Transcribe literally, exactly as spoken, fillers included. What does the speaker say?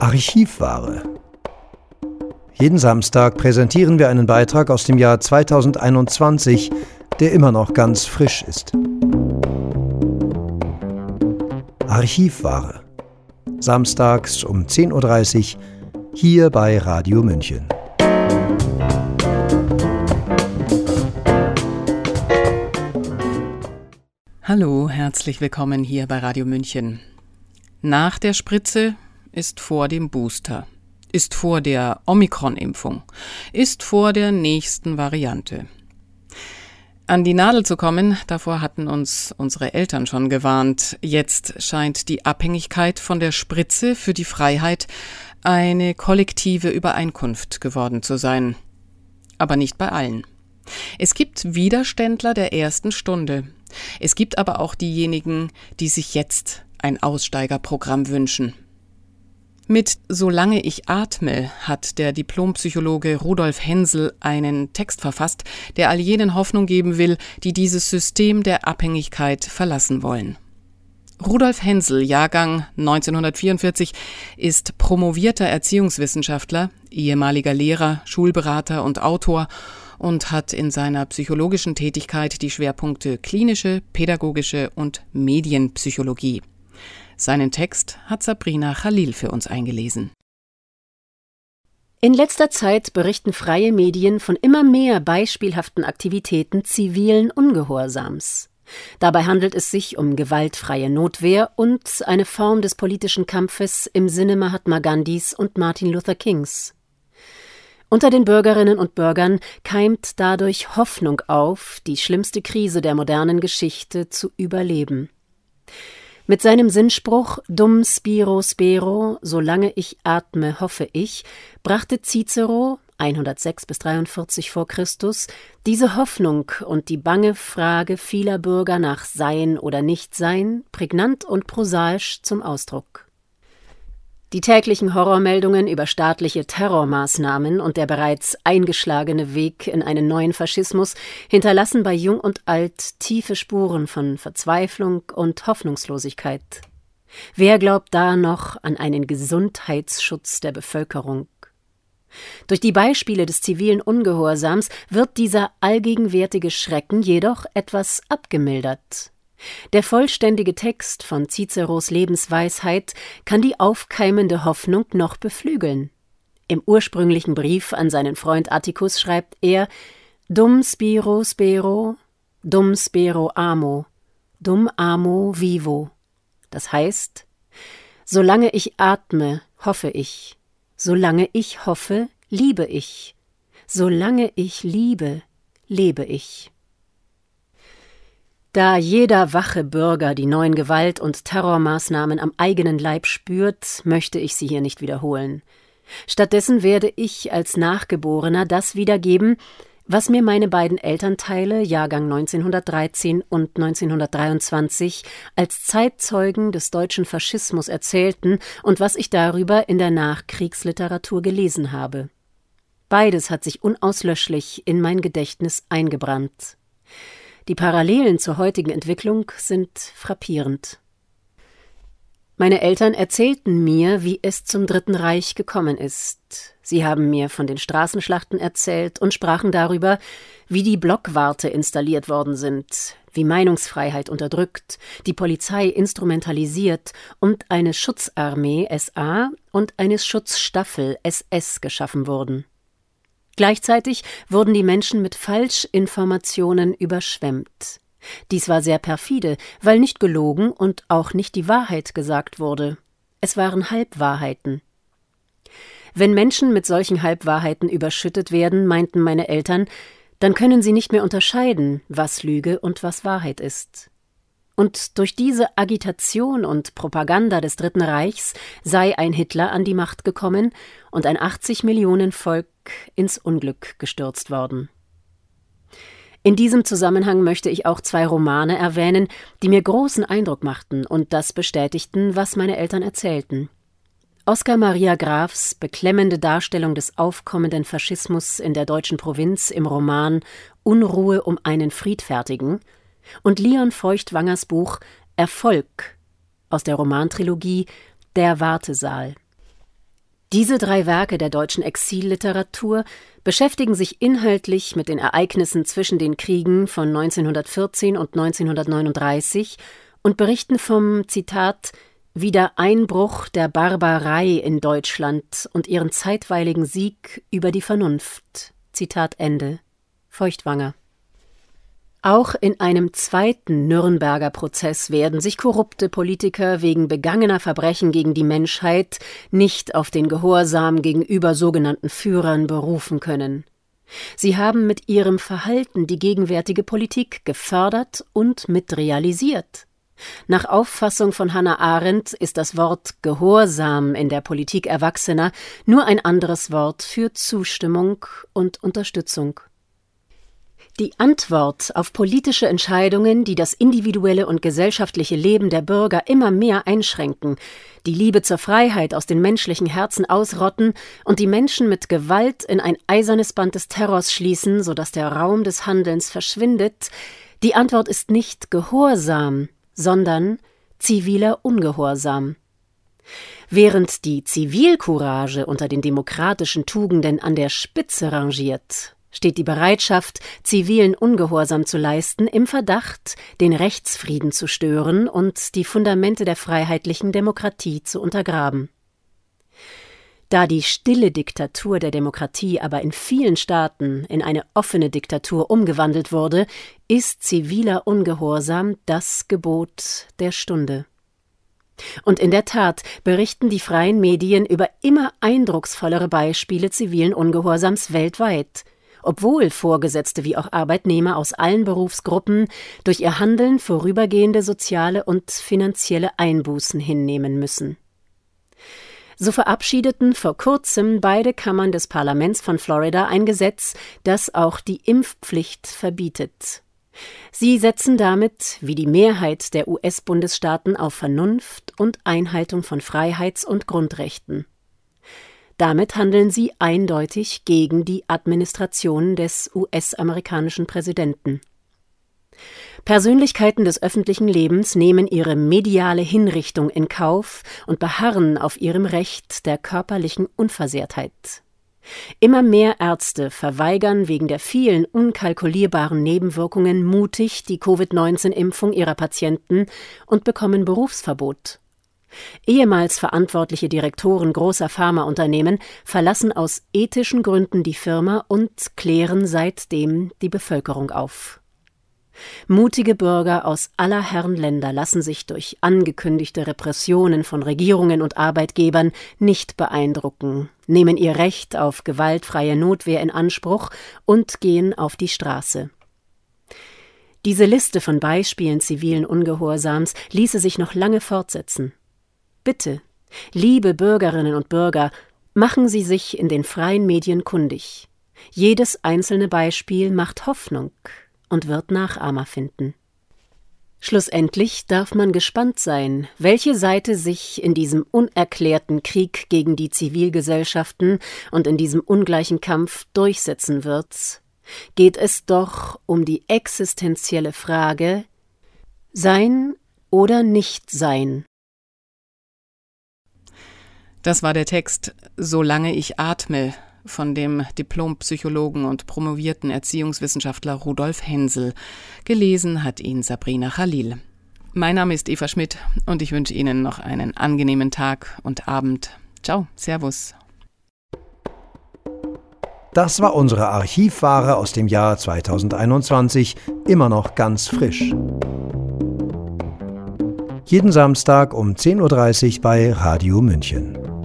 Archivware. Jeden Samstag präsentieren wir einen Beitrag aus dem Jahr zweitausendeinundzwanzig, der immer noch ganz frisch ist. Archivware. Samstags um zehn Uhr dreißig hier bei Radio München. Hallo, herzlich willkommen hier bei Radio München. Nach der Spritze ist vor dem Booster, ist vor der Omikron-Impfung, ist vor der nächsten Variante. An die Nadel zu kommen, davor hatten uns unsere Eltern schon gewarnt. Jetzt scheint die Abhängigkeit von der Spritze für die Freiheit eine kollektive Übereinkunft geworden zu sein. Aber nicht bei allen. Es gibt Widerständler der ersten Stunde. Es gibt aber auch diejenigen, die sich jetzt ein Aussteigerprogramm wünschen. Mit »Solange ich atme« hat der Diplompsychologe Rudolf Hensel einen Text verfasst, der all jenen Hoffnung geben will, die dieses System der Abhängigkeit verlassen wollen. Rudolf Hensel, Jahrgang neunzehnhundertvierundvierzig, ist promovierter Erziehungswissenschaftler, ehemaliger Lehrer, Schulberater und Autor und hat in seiner psychologischen Tätigkeit die Schwerpunkte klinische, pädagogische und Medienpsychologie. Seinen Text hat Sabrina Khalil für uns eingelesen. In letzter Zeit berichten freie Medien von immer mehr beispielhaften Aktivitäten zivilen Ungehorsams. Dabei handelt es sich um gewaltfreie Notwehr und eine Form des politischen Kampfes im Sinne Mahatma Gandhis und Martin Luther Kings. Unter den Bürgerinnen und Bürgern keimt dadurch Hoffnung auf, die schlimmste Krise der modernen Geschichte zu überleben. Mit seinem Sinnspruch »Dum spiro spero«, solange ich atme, hoffe ich, brachte Cicero, hundertsechs bis dreiundvierzig vor Christus, diese Hoffnung und die bange Frage vieler Bürger nach Sein oder Nichtsein prägnant und prosaisch zum Ausdruck. Die täglichen Horrormeldungen über staatliche Terrormaßnahmen und der bereits eingeschlagene Weg in einen neuen Faschismus hinterlassen bei Jung und Alt tiefe Spuren von Verzweiflung und Hoffnungslosigkeit. Wer glaubt da noch an einen Gesundheitsschutz der Bevölkerung? Durch die Beispiele des zivilen Ungehorsams wird dieser allgegenwärtige Schrecken jedoch etwas abgemildert. Der vollständige Text von Ciceros Lebensweisheit kann die aufkeimende Hoffnung noch beflügeln. Im ursprünglichen Brief an seinen Freund Atticus schreibt er »Dum spiro spero, dum spero amo, dum amo vivo«. Das heißt, solange ich atme, hoffe ich, solange ich hoffe, liebe ich, solange ich liebe, lebe ich. Da jeder wache Bürger die neuen Gewalt- und Terrormaßnahmen am eigenen Leib spürt, möchte ich sie hier nicht wiederholen. Stattdessen werde ich als Nachgeborener das wiedergeben, was mir meine beiden Elternteile, Jahrgang neunzehnhundertdreizehn und neunzehnhundertdreiundzwanzig, als Zeitzeugen des deutschen Faschismus erzählten und was ich darüber in der Nachkriegsliteratur gelesen habe. Beides hat sich unauslöschlich in mein Gedächtnis eingebrannt. Die Parallelen zur heutigen Entwicklung sind frappierend. Meine Eltern erzählten mir, wie es zum Dritten Reich gekommen ist. Sie haben mir von den Straßenschlachten erzählt und sprachen darüber, wie die Blockwarte installiert worden sind, wie Meinungsfreiheit unterdrückt, die Polizei instrumentalisiert und eine Schutzarmee S A und eine Schutzstaffel S S geschaffen wurden. Gleichzeitig wurden die Menschen mit Falschinformationen überschwemmt. Dies war sehr perfide, weil nicht gelogen und auch nicht die Wahrheit gesagt wurde. Es waren Halbwahrheiten. Wenn Menschen mit solchen Halbwahrheiten überschüttet werden, meinten meine Eltern, dann können sie nicht mehr unterscheiden, was Lüge und was Wahrheit ist. Und durch diese Agitation und Propaganda des Dritten Reichs sei ein Hitler an die Macht gekommen und ein achtzig Millionen Volk ins Unglück gestürzt worden. In diesem Zusammenhang möchte ich auch zwei Romane erwähnen, die mir großen Eindruck machten und das bestätigten, was meine Eltern erzählten. Oskar Maria Grafs beklemmende Darstellung des aufkommenden Faschismus in der deutschen Provinz im Roman »Unruhe um einen Friedfertigen« und Leon Feuchtwangers Buch »Erfolg« aus der Romantrilogie »Der Wartesaal«. Diese drei Werke der deutschen Exilliteratur beschäftigen sich inhaltlich mit den Ereignissen zwischen den Kriegen von neunzehnhundertvierzehn und neunzehnhundertneununddreißig und berichten vom, Zitat, Wiedereinbruch der Barbarei in Deutschland und ihren zeitweiligen Sieg über die Vernunft. Zitat Ende. Feuchtwanger. Auch in einem zweiten Nürnberger Prozess werden sich korrupte Politiker wegen begangener Verbrechen gegen die Menschheit nicht auf den Gehorsam gegenüber sogenannten Führern berufen können. Sie haben mit ihrem Verhalten die gegenwärtige Politik gefördert und mitrealisiert. Nach Auffassung von Hannah Arendt ist das Wort Gehorsam in der Politik Erwachsener nur ein anderes Wort für Zustimmung und Unterstützung. Die Antwort auf politische Entscheidungen, die das individuelle und gesellschaftliche Leben der Bürger immer mehr einschränken, die Liebe zur Freiheit aus den menschlichen Herzen ausrotten und die Menschen mit Gewalt in ein eisernes Band des Terrors schließen, sodass der Raum des Handelns verschwindet, die Antwort ist nicht Gehorsam, sondern ziviler Ungehorsam. Während die Zivilcourage unter den demokratischen Tugenden an der Spitze rangiert, steht die Bereitschaft, zivilen Ungehorsam zu leisten, im Verdacht, den Rechtsfrieden zu stören und die Fundamente der freiheitlichen Demokratie zu untergraben. Da die stille Diktatur der Demokratie aber in vielen Staaten in eine offene Diktatur umgewandelt wurde, ist ziviler Ungehorsam das Gebot der Stunde. Und in der Tat berichten die freien Medien über immer eindrucksvollere Beispiele zivilen Ungehorsams weltweit, obwohl Vorgesetzte wie auch Arbeitnehmer aus allen Berufsgruppen durch ihr Handeln vorübergehende soziale und finanzielle Einbußen hinnehmen müssen. So verabschiedeten vor kurzem beide Kammern des Parlaments von Florida ein Gesetz, das auch die Impfpflicht verbietet. Sie setzen damit, wie die Mehrheit der U S-Bundesstaaten, auf Vernunft und Einhaltung von Freiheits- und Grundrechten. Damit handeln sie eindeutig gegen die Administration des U S-amerikanischen Präsidenten. Persönlichkeiten des öffentlichen Lebens nehmen ihre mediale Hinrichtung in Kauf und beharren auf ihrem Recht der körperlichen Unversehrtheit. Immer mehr Ärzte verweigern wegen der vielen unkalkulierbaren Nebenwirkungen mutig die Covid neunzehn Impfung ihrer Patienten und bekommen Berufsverbot. Ehemals verantwortliche Direktoren großer Pharmaunternehmen verlassen aus ethischen Gründen die Firma und klären seitdem die Bevölkerung auf. Mutige Bürger aus aller Herren Länder lassen sich durch angekündigte Repressionen von Regierungen und Arbeitgebern nicht beeindrucken, nehmen ihr Recht auf gewaltfreie Notwehr in Anspruch und gehen auf die Straße. Diese Liste von Beispielen zivilen Ungehorsams ließe sich noch lange fortsetzen. Bitte, liebe Bürgerinnen und Bürger, machen Sie sich in den freien Medien kundig. Jedes einzelne Beispiel macht Hoffnung und wird Nachahmer finden. Schlussendlich darf man gespannt sein, welche Seite sich in diesem unerklärten Krieg gegen die Zivilgesellschaften und in diesem ungleichen Kampf durchsetzen wird. Geht es doch um die existenzielle Frage: Sein oder nicht sein? Das war der Text »Solange ich atme« von dem Diplompsychologen und promovierten Erziehungswissenschaftler Rudolf Hensel. Gelesen hat ihn Sabrina Khalil. Mein Name ist Eva Schmidt und ich wünsche Ihnen noch einen angenehmen Tag und Abend. Ciao, Servus. Das war unsere Archivware aus dem Jahr zweitausendeinundzwanzig, immer noch ganz frisch. Jeden Samstag um zehn Uhr dreißig bei Radio München.